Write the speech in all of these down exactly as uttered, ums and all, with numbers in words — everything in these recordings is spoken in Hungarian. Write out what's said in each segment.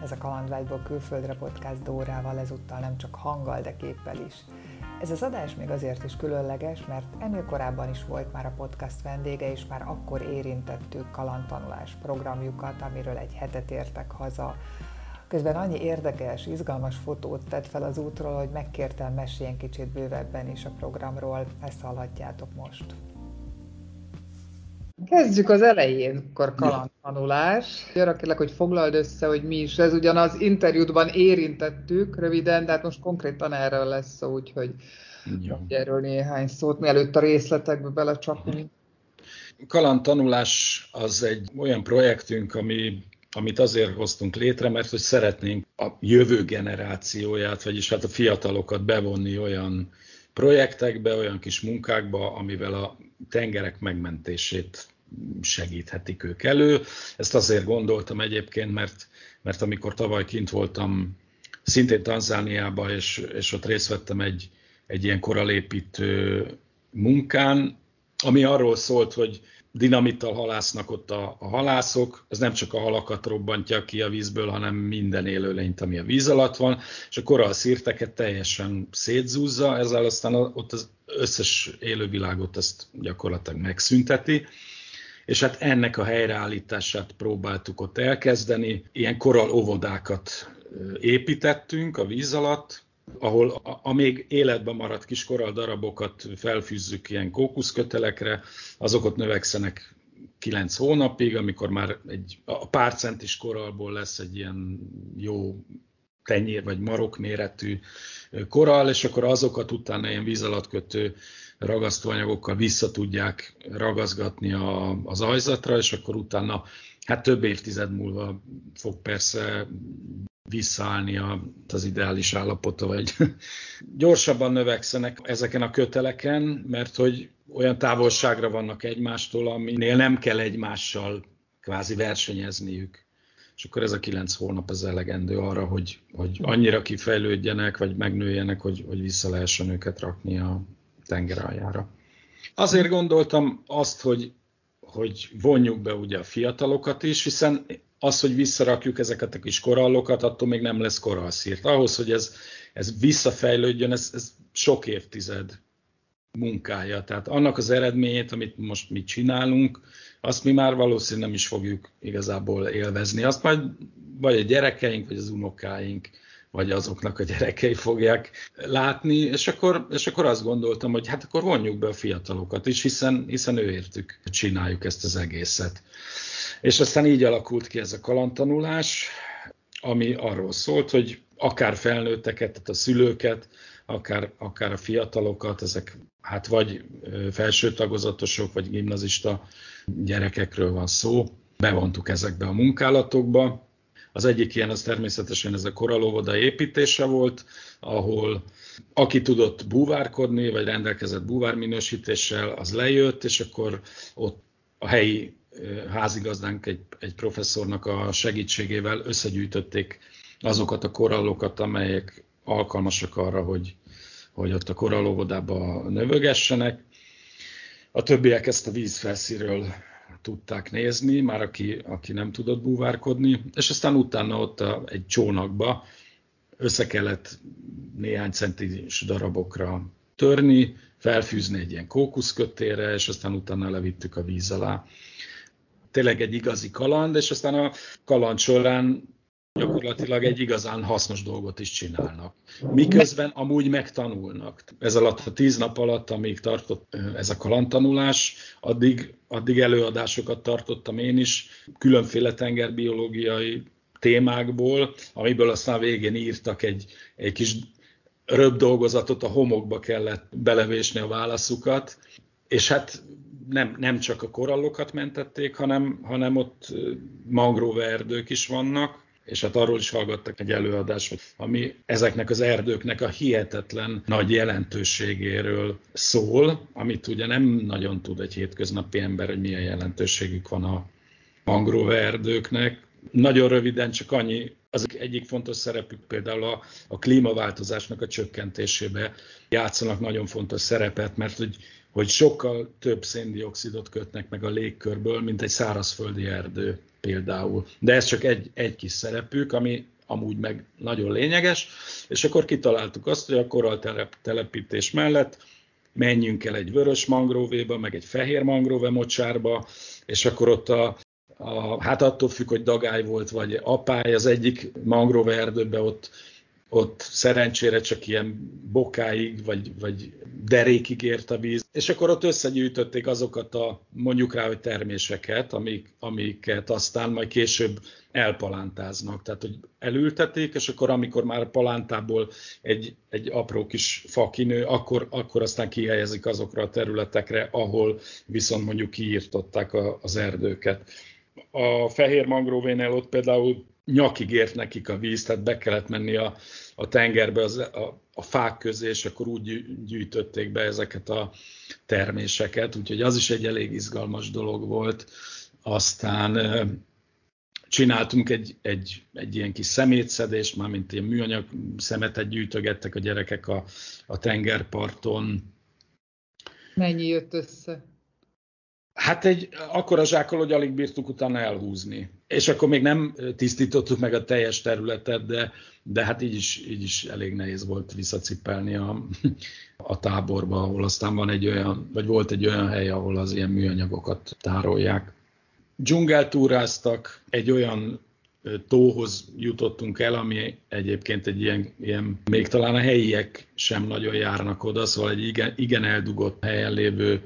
Ez a Kalandvágyból külföldre podcast Dórával, ezúttal nem csak hanggal, de képpel is. Ez az adás még azért is különleges, mert ennél korábban is volt már a podcast vendége, és már akkor érintettük kalandtanulás programjukat, amiről egy hetet értek haza. Közben annyi érdekes, izgalmas fotót tett fel az útról, hogy megkértem, meséljen kicsit bővebben is a programról, ezt hallhatjátok most. Kezdjük az elején, akkor kalandtanulás. Arra kérlek, hogy foglald össze, hogy mi is ez. Ugyan az interjútban érintettük röviden, de hát most konkrétan erről lesz szó, úgyhogy erről néhány szót, mielőtt a részletekbe belecsapunk. Kalandtanulás az egy olyan projektünk, ami, amit azért hoztunk létre, mert hogy szeretnénk a jövő generációját, vagyis hát a fiatalokat bevonni olyan projektekbe, olyan kis munkákba, amivel a tengerek megmentését segíthetik ők elő. Ezt azért gondoltam egyébként, mert, mert amikor tavaly kint voltam szintén Tanzániában, és, és ott részt vettem egy, egy ilyen koralépítő munkán, ami arról szólt, hogy dinamittal halásznak ott a, a halászok, ez nem csak a halakat robbantja ki a vízből, hanem minden élőlényt, ami a víz alatt van, és a korallszirteket teljesen szétzúzza, ezzel aztán ott az összes élővilágot ezt gyakorlatilag megszünteti, és hát ennek a helyreállítását próbáltuk ott elkezdeni. Ilyen korallóvodákat építettünk a víz alatt, ahol a, a még életben maradt kis koralldarabokat felfűzzük ilyen kókuszkötelekre, azok ott növekszenek kilenc hónapig, amikor már egy, a pár centis korallból lesz egy ilyen jó tenyér vagy marok méretű korall, és akkor azokat utána ilyen víz alatt kötő ragasztóanyagokkal vissza tudják ragaszgatni a, az ajzatra, és akkor utána hát több évtized múlva fog persze visszaállni az ideális állapota, vagy gyorsabban növekszenek ezeken a köteleken, mert hogy olyan távolságra vannak egymástól, aminél nem kell egymással kvázi versenyezniük. És akkor ez a kilenc hónap az elegendő arra, hogy, hogy annyira kifejlődjenek, vagy megnőjenek, hogy, hogy vissza lehessen őket rakni a tenger aljára. Azért gondoltam azt, hogy, hogy vonjuk be ugye a fiatalokat is, hiszen az, hogy visszarakjuk ezeket a kis korallokat, attól még nem lesz korallszírt. Ahhoz, hogy ez, ez visszafejlődjön, ez, ez sok évtized munkája. Tehát annak az eredményét, amit most mi csinálunk, azt mi már valószínűleg nem is fogjuk igazából élvezni. Azt majd vagy a gyerekeink, vagy az unokáink, vagy azoknak a gyerekei fogják látni, és akkor, és akkor azt gondoltam, hogy hát akkor vonjuk be a fiatalokat is, hiszen, hiszen őértük csináljuk ezt az egészet. És aztán így alakult ki ez a kalandtanulás, ami arról szólt, hogy akár felnőtteket, tehát a szülőket, akár, akár a fiatalokat, ezek hát vagy felső tagozatosok, vagy gimnazista gyerekekről van szó, bevontuk ezekbe a munkálatokba. Az egyik ilyen az természetesen ez a korallóvoda építése volt, ahol aki tudott búvárkodni, vagy rendelkezett búvárminősítéssel, az lejött, és akkor ott a helyi házigazdánk egy, egy professzornak a segítségével összegyűjtötték azokat a korallokat, amelyek alkalmasak arra, hogy, hogy ott a korallóvodában növögessenek. A többiek ezt a vízfelszínről tudták nézni, már aki, aki nem tudott búvárkodni, és aztán utána ott a, egy csónakba össze kellett néhány centis darabokra törni, felfűzni egy ilyen kókuszkötélre, és aztán utána levittük a víz alá. Tényleg egy igazi kaland, és aztán a kaland során gyakorlatilag egy igazán hasznos dolgot is csinálnak. Miközben amúgy megtanulnak. Ez alatt a tíz nap alatt, amíg tartott ez a kalandtanulás, addig, addig előadásokat tartottam én is, különféle tengerbiológiai témákból, amiből aztán végén írtak egy, egy kis röbb dolgozatot, a homokba kellett belevésni a válaszukat, és hát nem, nem csak a korallokat mentették, hanem, hanem ott mangroveerdők is vannak, és hát arról is hallgattak egy előadást, ami ezeknek az erdőknek a hihetetlen nagy jelentőségéről szól, amit ugye nem nagyon tud egy hétköznapi ember, hogy milyen jelentőségük van a mangroveerdőknek. Nagyon röviden csak annyi, az egyik fontos szerepük például a, a klímaváltozásnak a csökkentésébe játszanak nagyon fontos szerepet, mert hogy, hogy sokkal több széndioxidot kötnek meg a légkörből, mint egy szárazföldi erdő például. De ez csak egy, egy kis szerepük, ami amúgy meg nagyon lényeges, és akkor kitaláltuk azt, hogy a koralltelepítés mellett menjünk el egy vörös mangróvéba, meg egy fehér mangróve mocsárba, és akkor ott a, a, hát attól függ, hogy dagály volt, vagy apály, az egyik mangróve erdőben ott, ott szerencsére csak ilyen bokáig, vagy, vagy derékig ért a víz, és akkor ott összegyűjtötték azokat a, mondjuk rá, hogy terméseket, amik, amiket aztán majd később elpalántáznak. Tehát, hogy elültetik, és akkor amikor már a palántából egy, egy apró kis fa kinő, akkor, akkor aztán kihelyezik azokra a területekre, ahol viszont mondjuk kiírtották a, az erdőket. A fehér mangróvénél ott például nyakig ért nekik a víz, tehát be kellett menni a, a tengerbe az, a, a fák közé, és akkor úgy gyűjtötték be ezeket a terméseket, úgyhogy az is egy elég izgalmas dolog volt. Aztán csináltunk egy, egy, egy ilyen kis szemétszedést, mármint ilyen műanyag szemetet gyűjtögettek a gyerekek a, a tengerparton. Mennyi jött össze? Hát egy akkora zsákkal, hogy alig bírtuk utána elhúzni. És akkor még nem tisztítottuk meg a teljes területet, de, de hát így is, így is elég nehéz volt visszacipelni a, a táborba, ahol aztán van egy olyan, vagy volt egy olyan hely, ahol az ilyen műanyagokat tárolják. Dzsungeltúráztak, egy olyan tóhoz jutottunk el, ami egyébként egy ilyen, ilyen, még talán a helyiek sem nagyon járnak oda, szóval egy igen, igen eldugott helyen lévő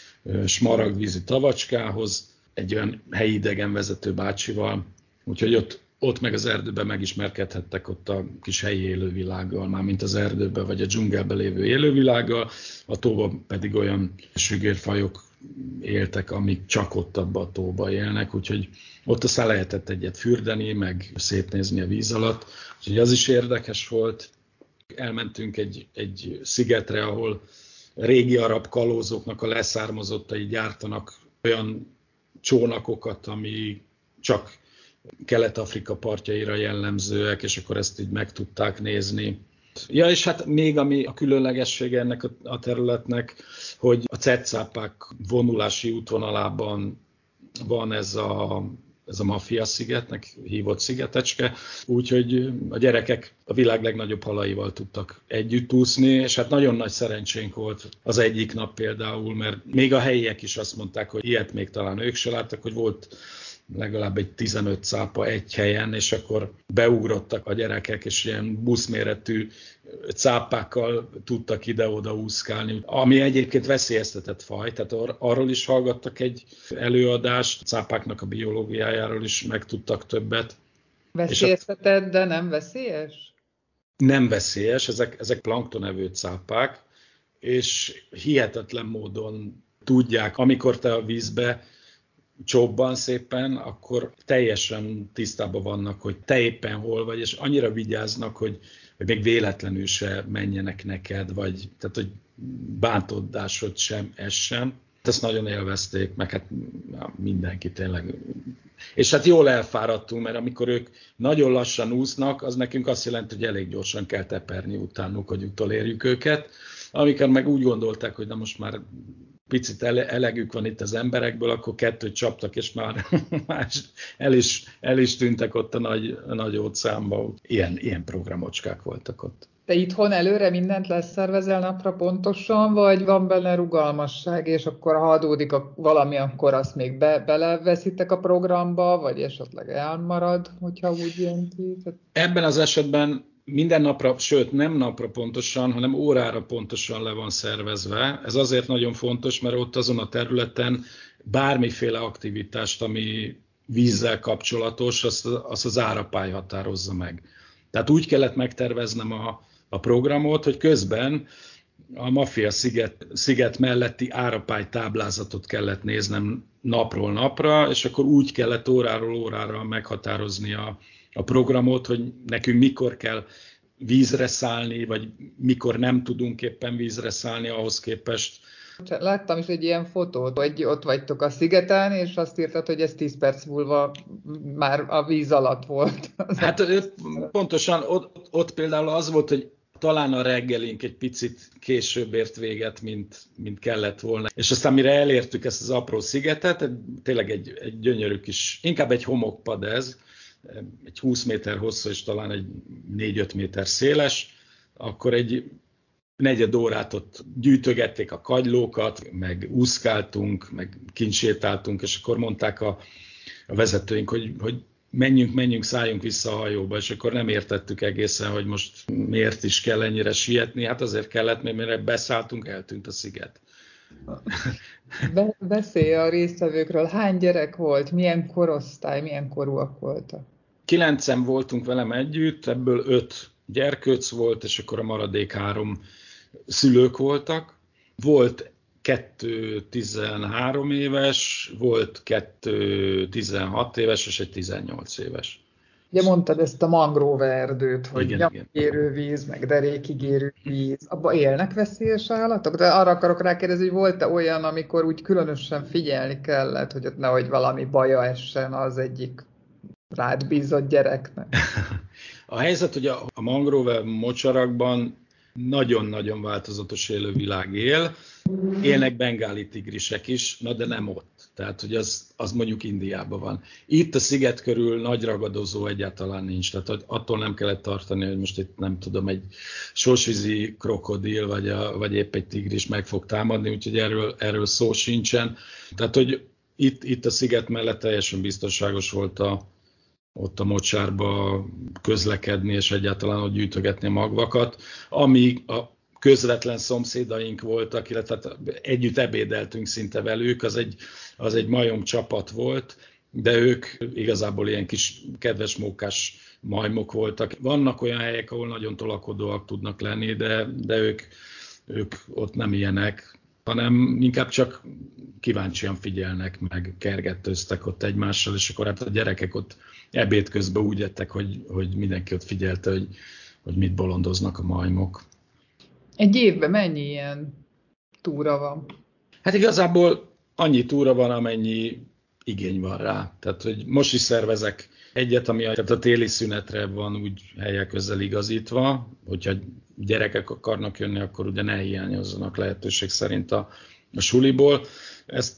smaragdvízi tavacskához, egy olyan helyi idegenvezető bácsival, úgyhogy ott, ott meg az erdőben megismerkedhettek ott a kis helyi élővilággal, mármint az erdőben vagy a dzsungelben lévő élővilággal, a tóban pedig olyan sügérfajok éltek, amik csak ott abban a tóban élnek, úgyhogy ott aztán lehetett egyet fürdeni, meg szétnézni a víz alatt, úgyhogy az is érdekes volt. Elmentünk egy, egy szigetre, ahol régi arab kalózoknak a leszármazottai gyártanak olyan csónakokat, ami csak Kelet-Afrika partjaira jellemzőek, és akkor ezt így meg tudták nézni. Ja, és hát még ami a különlegessége ennek a területnek, hogy a cetszápák vonulási útvonalában van ez a, ez a Maffia szigetnek hívott szigetecske, úgyhogy a gyerekek a világ legnagyobb halaival tudtak együtt úszni, és hát nagyon nagy szerencsénk volt az egyik nap például, mert még a helyiek is azt mondták, hogy ilyet még talán ők se láttak, hogy volt legalább egy tizenöt cápa egy helyen, és akkor beugrottak a gyerekek, és ilyen buszméretű cápákkal tudtak ide-oda úszkálni, ami egyébként veszélyeztetett faj, tehát ar- arról is hallgattak egy előadást, cápáknak a biológiájáról is megtudtak többet. Veszélyeztetett, de nem veszélyes? Nem veszélyes, ezek, ezek planktonevő cápák, és hihetetlen módon tudják, amikor te a vízbe csobban szépen, akkor teljesen tisztában vannak, hogy te éppen hol vagy, és annyira vigyáznak, hogy, hogy még véletlenül se menjenek neked, vagy tehát, hogy bántódásod sem essen. Ezt nagyon élvezték, meg hát mindenki tényleg. És hát jól elfáradtunk, mert amikor ők nagyon lassan úsznak, az nekünk azt jelenti, hogy elég gyorsan kell teperni utánuk, hogy utolérjük őket. Amikor meg úgy gondolták, hogy na most már picit elegük van itt az emberekből, akkor kettőt csaptak, és már más el is, el is tűntek ott a nagy, a nagy óceánba. Ilyen, ilyen programocskák voltak ott. Te itthon előre mindent leszervezel napra pontosan, vagy van benne rugalmasság, és akkor ha adódik a valami, akkor azt még be, beleveszitek a programba, vagy esetleg elmarad, hogyha úgy jön ki? Ebben az esetben minden napra, sőt nem napra pontosan, hanem órára pontosan le van szervezve. Ez azért nagyon fontos, mert ott azon a területen bármiféle aktivitást, ami vízzel kapcsolatos, azt, azt az árapály határozza meg. Tehát úgy kellett megterveznem a, a programot, hogy közben a Maffia sziget, sziget melletti árapály táblázatot kellett néznem napról napra, és akkor úgy kellett óráról órára meghatározni a, a programot, hogy nekünk mikor kell vízre szállni, vagy mikor nem tudunk éppen vízre szállni ahhoz képest. Láttam is egy ilyen fotót, hogy ott vagytok a szigeten, és azt írtad, hogy ez tíz perc múlva már a víz alatt volt. Hát pontosan ott, ott például az volt, hogy talán a reggelink egy picit később ért véget, mint, mint kellett volna. És aztán mire elértük ezt az apró szigetet, tényleg egy, egy gyönyörű kis, inkább egy homokpad ez, egy húsz méter hosszú és talán egy négy-öt méter széles, akkor egy negyed órát ott gyűjtögették a kagylókat, meg úszkáltunk, meg kinsétáltunk, és akkor mondták a, a vezetőink, hogy, hogy menjünk, menjünk, szálljunk vissza a hajóba, és akkor nem értettük egészen, hogy most miért is kell ennyire sietni. Hát azért kellett, mert mire beszálltunk, eltűnt a sziget. Be, beszélj a résztvevőkről. Hány gyerek volt? Milyen korosztály? Milyen korúak voltak? Kilencen voltunk velem együtt, ebből öt gyerkőc volt, és akkor a maradék három szülők voltak. Volt kettő tizenhárom éves, volt kettő tizenhat éves, és egy tizennyolc éves. Ugye mondtad ezt a mangrove erdőt, hogy nyakigérő víz, meg derékigérő víz. Abban élnek veszélyes állatok? De arra akarok rákérdezni, hogy volt-e olyan, amikor úgy különösen figyelni kellett, hogy ott nehogy valami baja essen az egyik rád bízott gyereknek? A helyzet, hogy a, a mangrove mocsarakban nagyon-nagyon változatos élővilág él. Élnek bengáli tigrisek is, na de nem ott. Tehát, hogy az, az mondjuk Indiában van. Itt a sziget körül nagy ragadozó egyáltalán nincs. Tehát attól nem kellett tartani, hogy most itt nem tudom, egy sósvízi krokodil, vagy, a, vagy épp egy tigris meg fog támadni, úgyhogy erről, erről szó sincsen. Tehát, hogy itt, itt a sziget mellett teljesen biztonságos volt a ott a mocsárba közlekedni, és egyáltalán ott gyűjtögetni a magvakat, ami a közvetlen szomszédaink voltak, illetve együtt ebédeltünk szinte velük, az egy, az egy majom csapat volt, de ők igazából ilyen kis kedves mókás majmok voltak. Vannak olyan helyek, ahol nagyon tolakodóak tudnak lenni, de, de ők, ők ott nem ilyenek, hanem inkább csak kíváncsian figyelnek, meg kergettőztek ott egymással, és akkor hát a gyerekek ott ebéd közben úgy ettek, hogy, hogy mindenki ott figyelte, hogy, hogy mit bolondoznak a majmok. Egy évben mennyi ilyen túra van? Hát igazából annyi túra van, amennyi igény van rá. Tehát, hogy most is szervezek egyet, ami tehát a téli szünetre van úgy helyek közel igazítva, hogyha gyerekek akarnak jönni, akkor ugye ne hiányozzanak lehetőség szerint a, a suliból. Ezt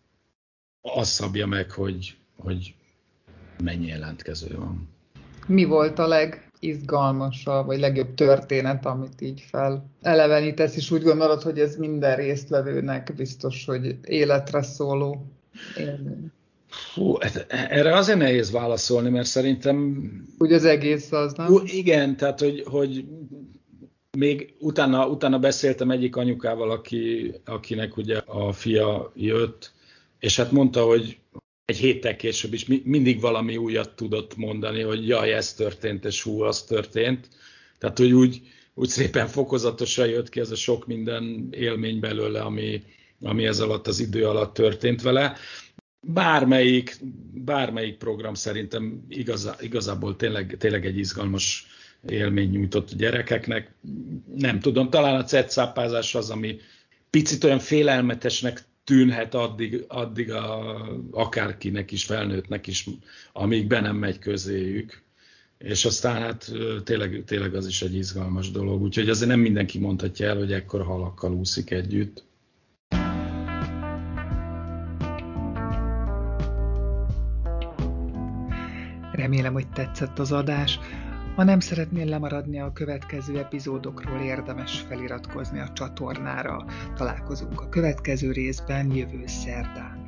azt szabja meg, hogy, hogy mennyi jelentkező van. Mi volt a legizgalmasabb, vagy legjobb történet, amit így felelevenítesz, és úgy gondolod, hogy ez minden résztvevőnek biztos, hogy életre szóló élmény? Hú, erre azért nehéz válaszolni, mert szerintem... Úgy az egész az, nem? Hú, igen, tehát, hogy, hogy még utána, utána beszéltem egyik anyukával, aki, akinek ugye a fia jött, és hát mondta, hogy egy héttel később is mindig valami újat tudott mondani, hogy jaj, ez történt, és hú, az történt. Tehát, hogy úgy, úgy szépen fokozatosan jött ki ez a sok minden élmény belőle, ami, ami ez alatt az idő alatt történt vele. Bármelyik, bármelyik program szerintem igazá, igazából tényleg, tényleg egy izgalmas élmény nyújtott a gyerekeknek. Nem tudom, talán a cetszápázás az, ami picit olyan félelmetesnek tűnhet addig, addig a, akárkinek is, felnőttnek is, amíg be nem megy közéjük. És aztán hát tényleg, tényleg az is egy izgalmas dolog. Úgyhogy azért nem mindenki mondhatja el, hogy ekkor halakkal úszik együtt. Remélem, hogy tetszett az adás. Ha nem szeretnél lemaradni a következő epizódokról, érdemes feliratkozni a csatornára. Találkozunk a következő részben jövő szerdán.